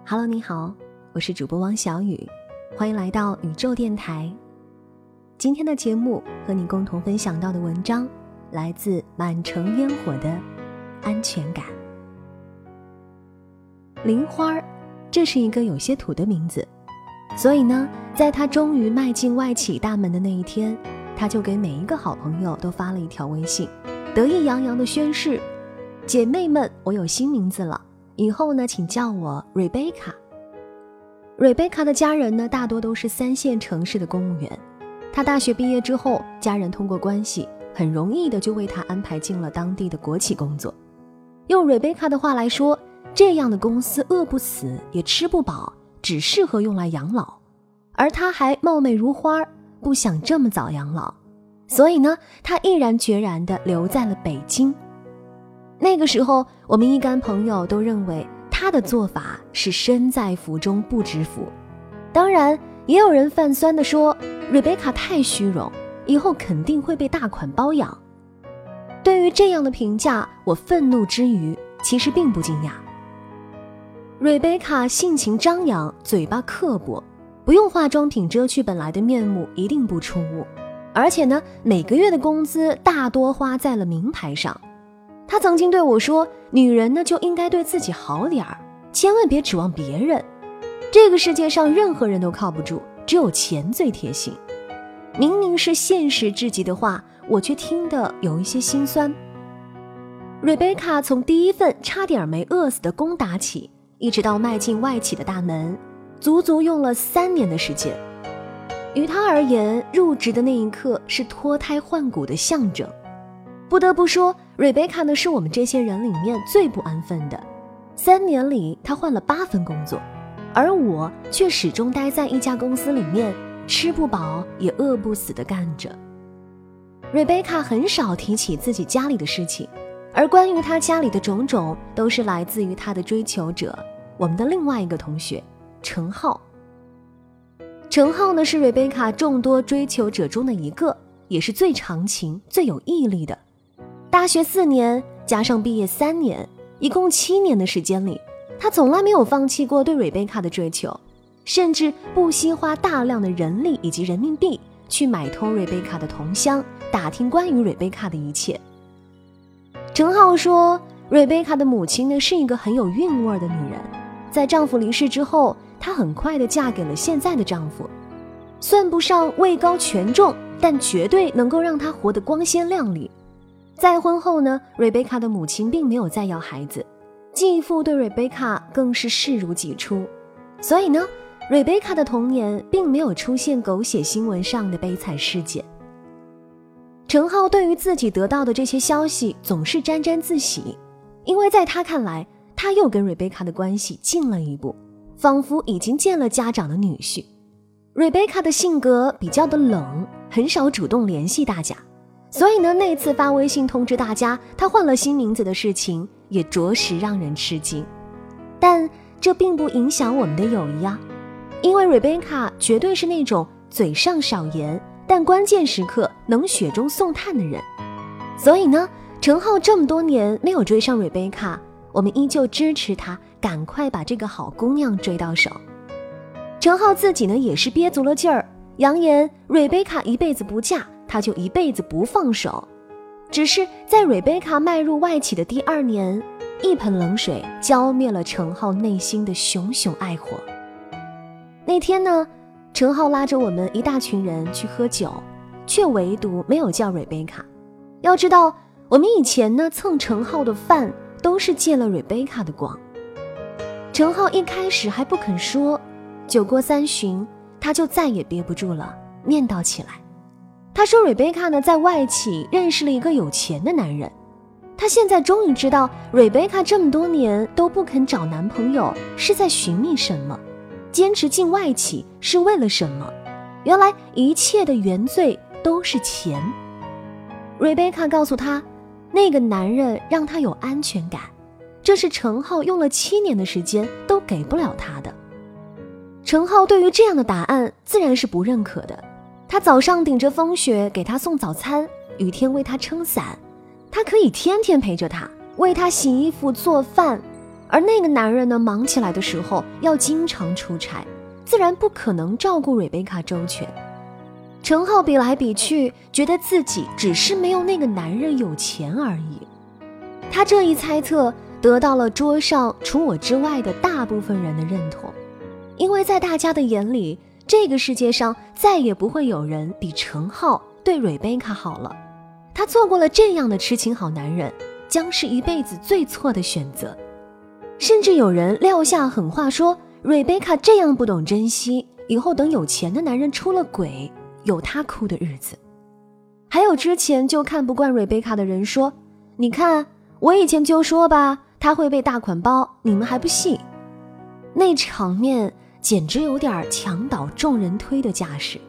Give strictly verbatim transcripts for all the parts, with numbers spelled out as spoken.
Hello， 你好，我是主播汪小雨，欢迎来到宇宙电台。今天的节目和你共同分享到的文章来自满城烟火的安全感。林花，这是一个有些土的名字，所以呢，在她终于迈进外企大门的那一天，她就给每一个好朋友都发了一条微信，得意洋洋地宣誓：姐妹们，我有新名字了，以后呢，请叫我 Rebecca。 Rebecca 的家人呢，大多都是三线城市的公务员。她大学毕业之后，家人通过关系很容易的就为她安排进了当地的国企工作。用 Rebecca 的话来说，这样的公司饿不死也吃不饱，只适合用来养老。而她还貌美如花，不想这么早养老，所以呢，她毅然决然地留在了北京。那个时候，我们一干朋友都认为他的做法是身在福中不知福。当然，也有人泛酸地说 Rebecca 太虚荣，以后肯定会被大款包养。对于这样的评价，我愤怒之余其实并不惊讶。Rebecca 性情张扬，嘴巴刻薄，不用化妆品遮去本来的面目，一定不出屋。而且呢，每个月的工资大多花在了名牌上。他曾经对我说，女人呢就应该对自己好点儿，千万别指望别人。这个世界上任何人都靠不住，只有钱最贴心。明明是现实至极的话，我却听得有一些心酸。Rebecca 从第一份差点没饿死的工打起，一直到迈进外企的大门，足足用了三年的时间。于他而言，入职的那一刻是脱胎换骨的象征。不得不说，Rebecca 呢是我们这些人里面最不安分的。三年里，她换了八份工作，而我却始终待在一家公司里面，吃不饱也饿不死地干着。Rebecca 很少提起自己家里的事情，而关于她家里的种种，都是来自于她的追求者，我们的另外一个同学陈浩。陈浩呢是 Rebecca 众多追求者中的一个，也是最长情、最有毅力的。大学四年加上毕业三年，一共七年的时间里，他从来没有放弃过对 Rebecca 的追求，甚至不惜花大量的人力以及人民币去买通 Rebecca 的同乡，打听关于 Rebecca 的一切。陈浩说 Rebecca 的母亲呢是一个很有韵味的女人，在丈夫离世之后，她很快地嫁给了现在的丈夫，算不上位高权重，但绝对能够让她活得光鲜亮丽。再婚后呢 Rebecca 的母亲并没有再要孩子，继父对 Rebecca 更是视如己出，所以呢 Rebecca 的童年并没有出现狗血新闻上的悲惨事件。陈浩对于自己得到的这些消息总是沾沾自喜，因为在他看来，他又跟 Rebecca 的关系近了一步，仿佛已经见了家长的女婿。 Rebecca 的性格比较的冷，很少主动联系大家，所以呢，那次发微信通知大家她换了新名字的事情，也着实让人吃惊。但这并不影响我们的友谊啊，因为 Rebecca 绝对是那种嘴上少言，但关键时刻能雪中送炭的人。所以呢，陈浩这么多年没有追上 Rebecca， 我们依旧支持他赶快把这个好姑娘追到手。陈浩自己呢也是憋足了劲儿，扬言 Rebecca 一辈子不嫁，他就一辈子不放手。只是在 Rebecca 迈入外企的第二年，一盆冷水浇灭了陈浩内心的熊熊爱火。那天呢，陈浩拉着我们一大群人去喝酒，却唯独没有叫 Rebecca。 要知道，我们以前呢蹭陈浩的饭都是借了 Rebecca 的光。陈浩一开始还不肯说，酒过三巡，他就再也憋不住了，念叨起来。他说 Rebecca 呢在外企认识了一个有钱的男人，他现在终于知道 Rebecca 这么多年都不肯找男朋友是在寻觅什么，坚持进外企是为了什么。原来一切的原罪都是钱。 Rebecca 告诉他，那个男人让他有安全感，这是陈浩用了七年的时间都给不了他的。陈浩对于这样的答案自然是不认可的，他早上顶着风雪给他送早餐，雨天为他撑伞，他可以天天陪着他，为他洗衣服做饭， 而那个男人呢，忙起来的时候要经常出差，自然不可能照顾瑞贝卡周全。陈浩比来比去，觉得自己只是没有那个男人有钱而已。他这一猜测得到了桌上除我之外的大部分人的认同，因为在大家的眼里，这个世界上再也不会有人比陈浩对瑞贝卡好了。他错过了这样的痴情好男人，将是一辈子最错的选择。甚至有人撂下狠话说，瑞贝卡这样不懂珍惜，以后等有钱的男人出了轨，有他哭的日子。还有之前就看不惯瑞贝卡的人说，你看我以前就说吧，他会背大款包，你们还不信。那场面简直有点墙倒众人推的架势。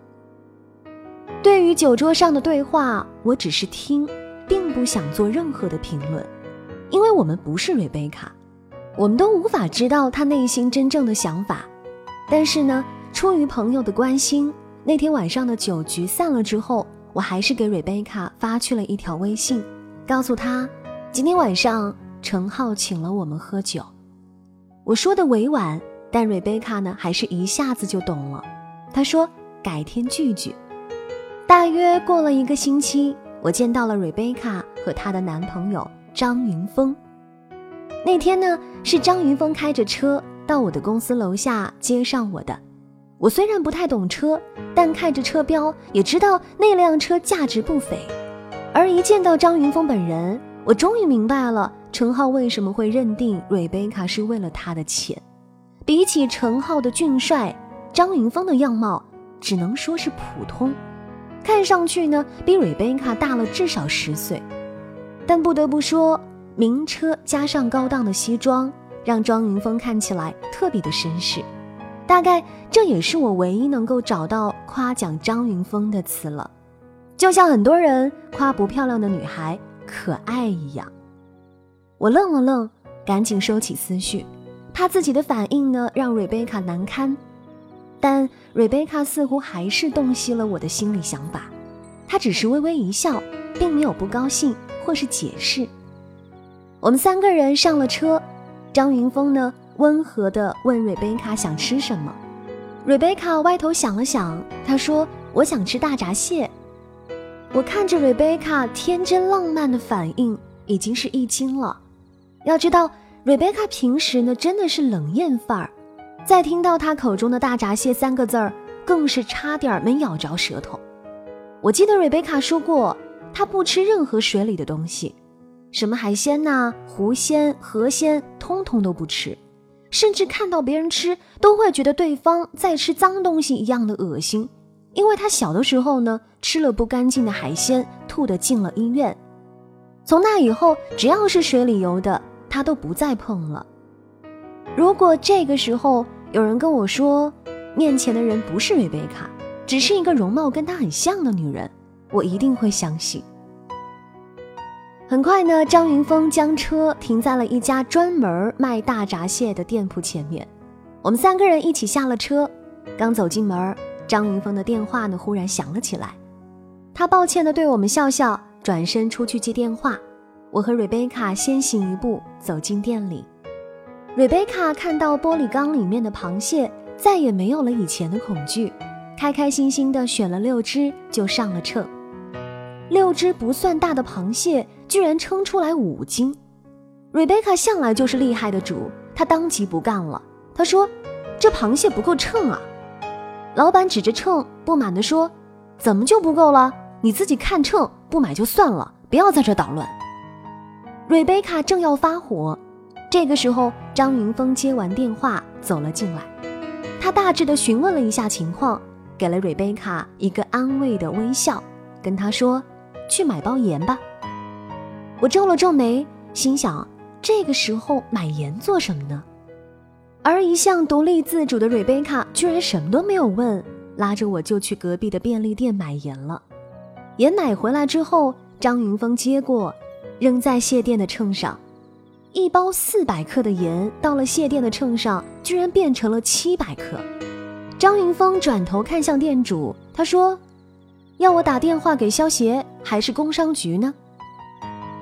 对于酒桌上的对话，我只是听，并不想做任何的评论，因为我们不是瑞贝卡，我们都无法知道他内心真正的想法。但是呢，出于朋友的关心，那天晚上的酒局散了之后，我还是给瑞贝卡发去了一条微信，告诉他今天晚上陈浩请了我们喝酒。我说的委婉，但瑞贝卡呢还是一下子就懂了。她说改天聚聚。大约过了一个星期，我见到了瑞贝卡和她的男朋友张云峰。那天呢，是张云峰开着车到我的公司楼下接上我的。我虽然不太懂车，但看着车标也知道那辆车价值不菲。而一见到张云峰本人，我终于明白了陈浩为什么会认定瑞贝卡是为了他的钱。比起陈浩的俊帅，张云峰的样貌只能说是普通，看上去呢比瑞贝卡大了至少十岁。但不得不说，名车加上高档的西装，让张云峰看起来特别的绅士。大概这也是我唯一能够找到夸奖张云峰的词了，就像很多人夸不漂亮的女孩可爱一样。我愣了愣，赶紧收起思绪，怕自己的反应呢让瑞贝卡难堪。但瑞贝卡似乎还是洞悉了我的心理想法，她只是微微一笑，并没有不高兴或是解释。我们三个人上了车，张云峰呢温和地问瑞贝卡想吃什么。瑞贝卡歪头想了想，她说我想吃大闸蟹。我看着瑞贝卡天真浪漫的反应，已经是一惊了。要知道瑞贝卡平时呢真的是冷艳范儿，再听到她口中的大闸蟹三个字儿，更是差点没咬着舌头。我记得瑞贝卡说过，她不吃任何水里的东西，什么海鲜呐、湖鲜、河鲜通通都不吃，甚至看到别人吃都会觉得对方在吃脏东西一样的恶心。因为他小的时候呢吃了不干净的海鲜，吐得进了医院。从那以后，只要是水里游的他都不再碰了。如果这个时候有人跟我说面前的人不是瑞贝卡，只是一个容貌跟她很像的女人，我一定会相信。很快呢，张云峰将车停在了一家专门卖大闸蟹的店铺前面。我们三个人一起下了车，刚走进门，张云峰的电话呢忽然响了起来。他抱歉地对我们笑笑，转身出去接电话。我和瑞贝卡先行一步走进店里。瑞贝卡看到玻璃缸里面的螃蟹，再也没有了以前的恐惧，开开心心地选了六只就上了秤。六只不算大的螃蟹居然称出来五斤。瑞贝卡向来就是厉害的主，她当即不干了。她说这螃蟹不够称啊。老板指着秤不满地说，怎么就不够了？你自己看秤，不买就算了，不要在这捣乱。瑞贝卡正要发火，这个时候张云峰接完电话走了进来。他大致地询问了一下情况，给了瑞贝卡一个安慰的微笑，跟他说去买包盐吧。我皱了皱眉，心想这个时候买盐做什么呢？而一向独立自主的瑞贝卡居然什么都没有问，拉着我就去隔壁的便利店买盐了。盐买回来之后，张云峰接过，扔在蟹店的秤上。一包四百克的盐到了蟹店的秤上，居然变成了七百克。张云峰转头看向店主，他说：要我打电话给消协还是工商局呢？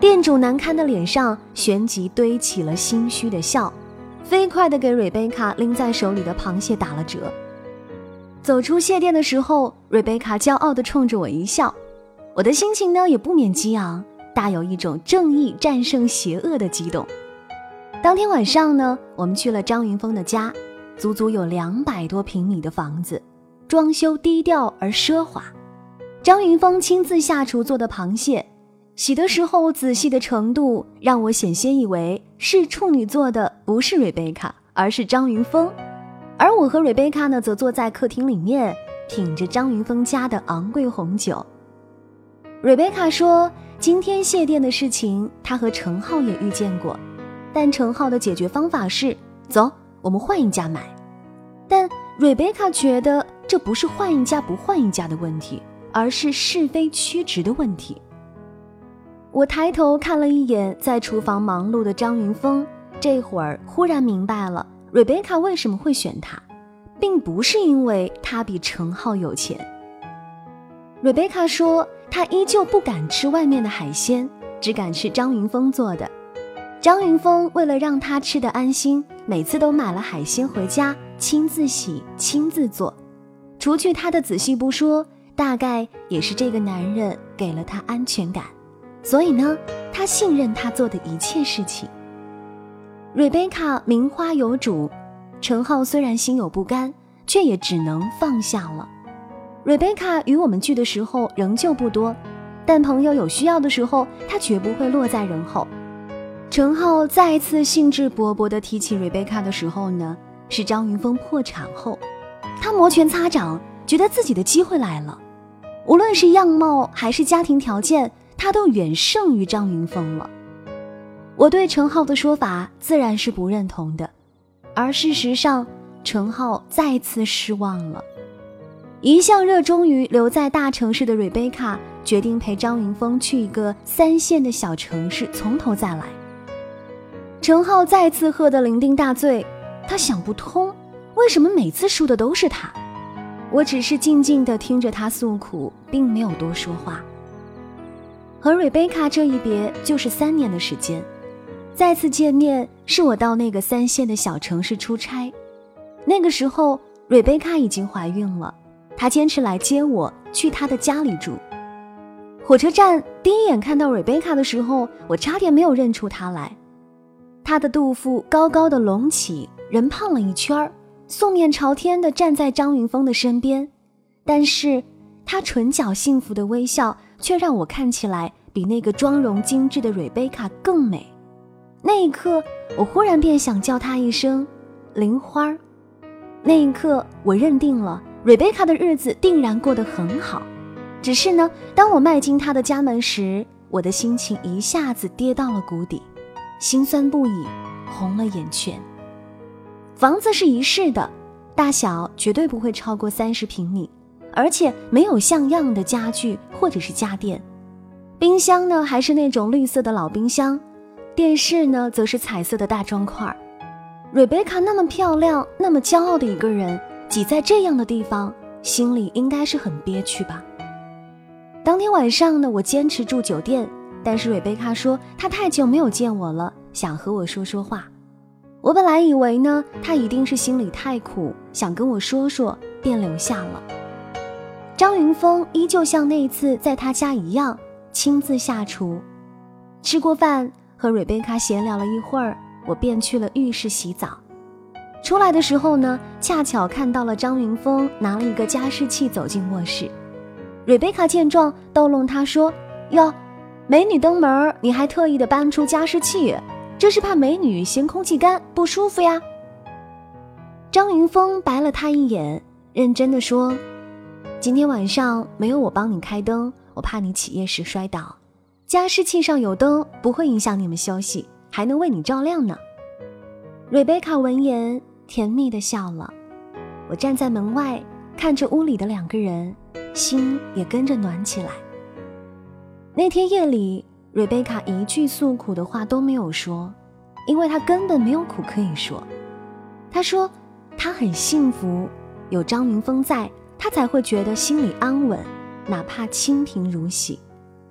店主难堪的脸上旋即堆起了心虚的笑，飞快地给瑞贝卡拎在手里的螃蟹打了折。走出蟹店的时候，瑞贝卡骄傲地冲着我一笑，我的心情呢也不免激昂，大有一种正义战胜邪恶的激动。当天晚上呢，我们去了张云峰的家，足足有两百多平米的房子，装修低调而奢华。张云峰亲自下厨做的螃蟹，洗的时候仔细的程度让我险些以为是处女座的不是瑞贝卡，而是张云峰。而我和瑞贝卡呢，则坐在客厅里面，品着张云峰家的昂贵红酒。瑞贝卡说，今天蟹店的事情，她和程浩也遇见过，但程浩的解决方法是，走，我们换一家买。但瑞贝卡觉得这不是换一家不换一家的问题，而是是非曲直的问题。我抬头看了一眼在厨房忙碌的张云峰，这会儿忽然明白了瑞贝卡为什么会选他，并不是因为他比程浩有钱。瑞贝卡说，她依旧不敢吃外面的海鲜，只敢吃张云峰做的。张云峰为了让她吃得安心，每次都买了海鲜回家，亲自洗，亲自做。除去他的仔细不说，大概也是这个男人给了她安全感，所以呢，她信任他做的一切事情。瑞贝卡名花有主，程浩虽然心有不甘，却也只能放下了。瑞贝卡与我们聚的时候仍旧不多，但朋友有需要的时候，他绝不会落在人后。程浩再次兴致勃勃地提起瑞贝卡的时候呢，是张云峰破产后，他摩拳擦掌，觉得自己的机会来了。无论是样貌还是家庭条件，他都远胜于张云峰了。我对程浩的说法自然是不认同的，而事实上，程浩再次失望了。一向热衷于留在大城市的瑞贝卡决定陪张云峰去一个三线的小城市，从头再来。程浩再次喝得酩酊大醉，他想不通，为什么每次输的都是他。我只是静静地听着他诉苦，并没有多说话。和瑞贝卡这一别就是三年的时间，再次见面是我到那个三线的小城市出差。那个时候瑞贝卡已经怀孕了，她坚持来接我去她的家里住。火车站第一眼看到瑞贝卡的时候，我差点没有认出她来。她的肚腹高高的隆起，人胖了一圈，素面朝天地站在张云峰的身边，但是她唇角幸福的微笑却让我看起来比那个妆容精致的瑞贝卡更美。那一刻，我忽然便想叫她一声玲花。那一刻，我认定了瑞贝卡的日子定然过得很好。只是呢，当我迈进她的家门时，我的心情一下子跌到了谷底，心酸不已，红了眼圈。房子是一室的，大小绝对不会超过三十平米，而且没有像样的家具或者是家电。冰箱呢，还是那种绿色的老冰箱，电视呢，则是彩色的大砖块。瑞贝卡那么漂亮，那么骄傲的一个人，挤在这样的地方，心里应该是很憋屈吧。当天晚上呢，我坚持住酒店，但是瑞贝卡说她太久没有见我了，想和我说说话。我本来以为呢，她一定是心里太苦，想跟我说说，便留下了。张云峰依旧像那一次在他家一样，亲自下厨。吃过饭，和瑞贝卡闲聊了一会儿，我便去了浴室洗澡。出来的时候呢，恰巧看到了张云峰拿了一个加湿器走进卧室。瑞贝卡见状逗弄他说，哟，美女登门，你还特意的搬出加湿器，这是怕美女嫌空气干不舒服呀。张云峰白了他一眼，认真的说，今天晚上没有我帮你开灯，我怕你起夜时摔倒，加湿器上有灯不会影响你们休息，还能为你照亮呢。瑞贝卡闻言甜蜜地笑了。我站在门外看着屋里的两个人，心也跟着暖起来。那天夜里，瑞贝卡一句诉苦的话都没有说，因为她根本没有苦可以说。她说她很幸福，有张云峰在，她才会觉得心里安稳，哪怕清贫如洗。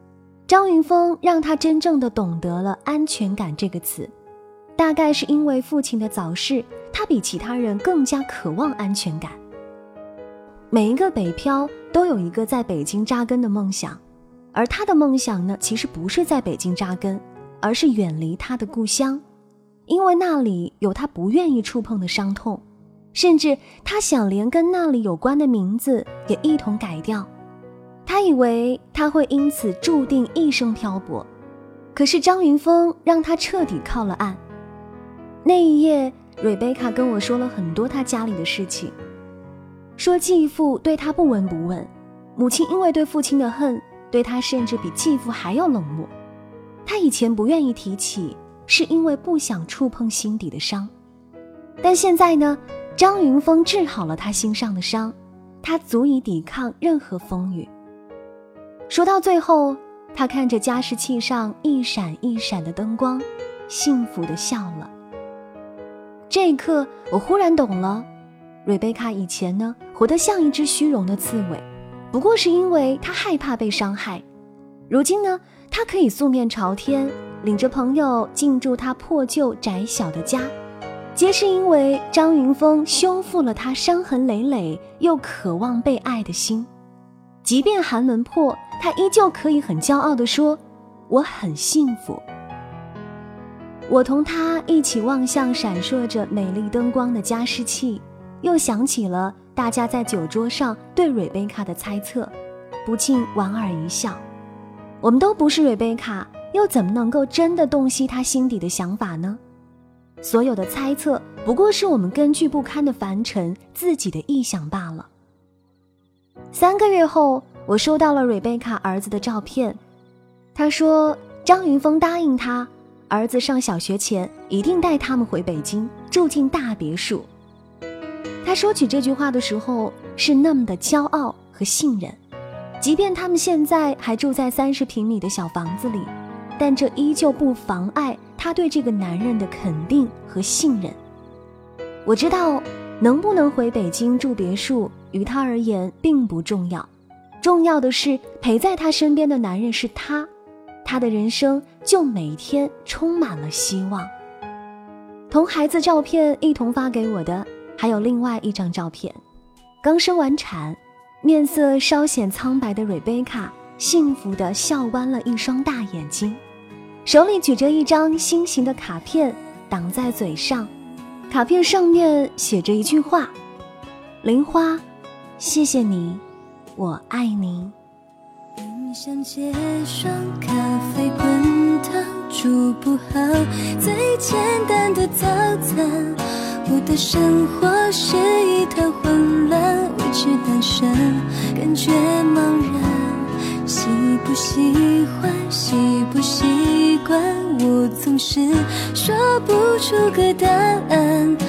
张云峰让他真正的懂得了安全感这个词。大概是因为父亲的早逝，他比其他人更加渴望安全感。每一个北漂都有一个在北京扎根的梦想，而他的梦想呢，其实不是在北京扎根，而是远离他的故乡，因为那里有他不愿意触碰的伤痛，甚至他想连跟那里有关的名字也一同改掉。他以为他会因此注定一生漂泊，可是张云峰让他彻底靠了岸。那一夜，瑞贝卡跟我说了很多他家里的事情，说继父对他不闻不问，母亲因为对父亲的恨，对他甚至比继父还要冷漠。他以前不愿意提起，是因为不想触碰心底的伤，但现在呢，张云峰治好了他心上的伤，他足以抵抗任何风雨。说到最后，他看着加湿器上一闪一闪的灯光，幸福地笑了。这一刻，我忽然懂了，瑞贝卡以前呢，活得像一只虚荣的刺猬，不过是因为她害怕被伤害。如今呢，她可以素面朝天，领着朋友进驻她破旧窄小的家，皆是因为张云峰修复了她伤痕累累又渴望被爱的心。即便寒门破，她依旧可以很骄傲地说，我很幸福。我同他一起望向闪烁着美丽灯光的加湿器，又想起了大家在酒桌上对瑞贝卡的猜测，不禁莞尔一笑。我们都不是瑞贝卡，又怎么能够真的洞悉他心底的想法呢？所有的猜测不过是我们根据不堪的凡尘自己的臆想罢了。三个月后，我收到了瑞贝卡儿子的照片，他说张云峰答应他，儿子上小学前一定带他们回北京，住进大别墅。他说起这句话的时候是那么的骄傲和信任，即便他们现在还住在三十平米的小房子里，但这依旧不妨碍他对这个男人的肯定和信任。我知道能不能回北京住别墅于他而言并不重要，重要的是陪在他身边的男人是他，他的人生就每天充满了希望。同孩子照片一同发给我的还有另外一张照片，刚生完产，面色稍显苍白的瑞贝卡幸福地笑弯了一双大眼睛，手里举着一张心形的卡片挡在嘴上，卡片上面写着一句话，林花，谢谢你，我爱你。 冰箱结霜，咖啡滚烫，煮不好最简单的早餐。我的生活是一团混乱，维持单身，感觉茫然。喜不喜欢，习不习惯，我总是说不出个答案。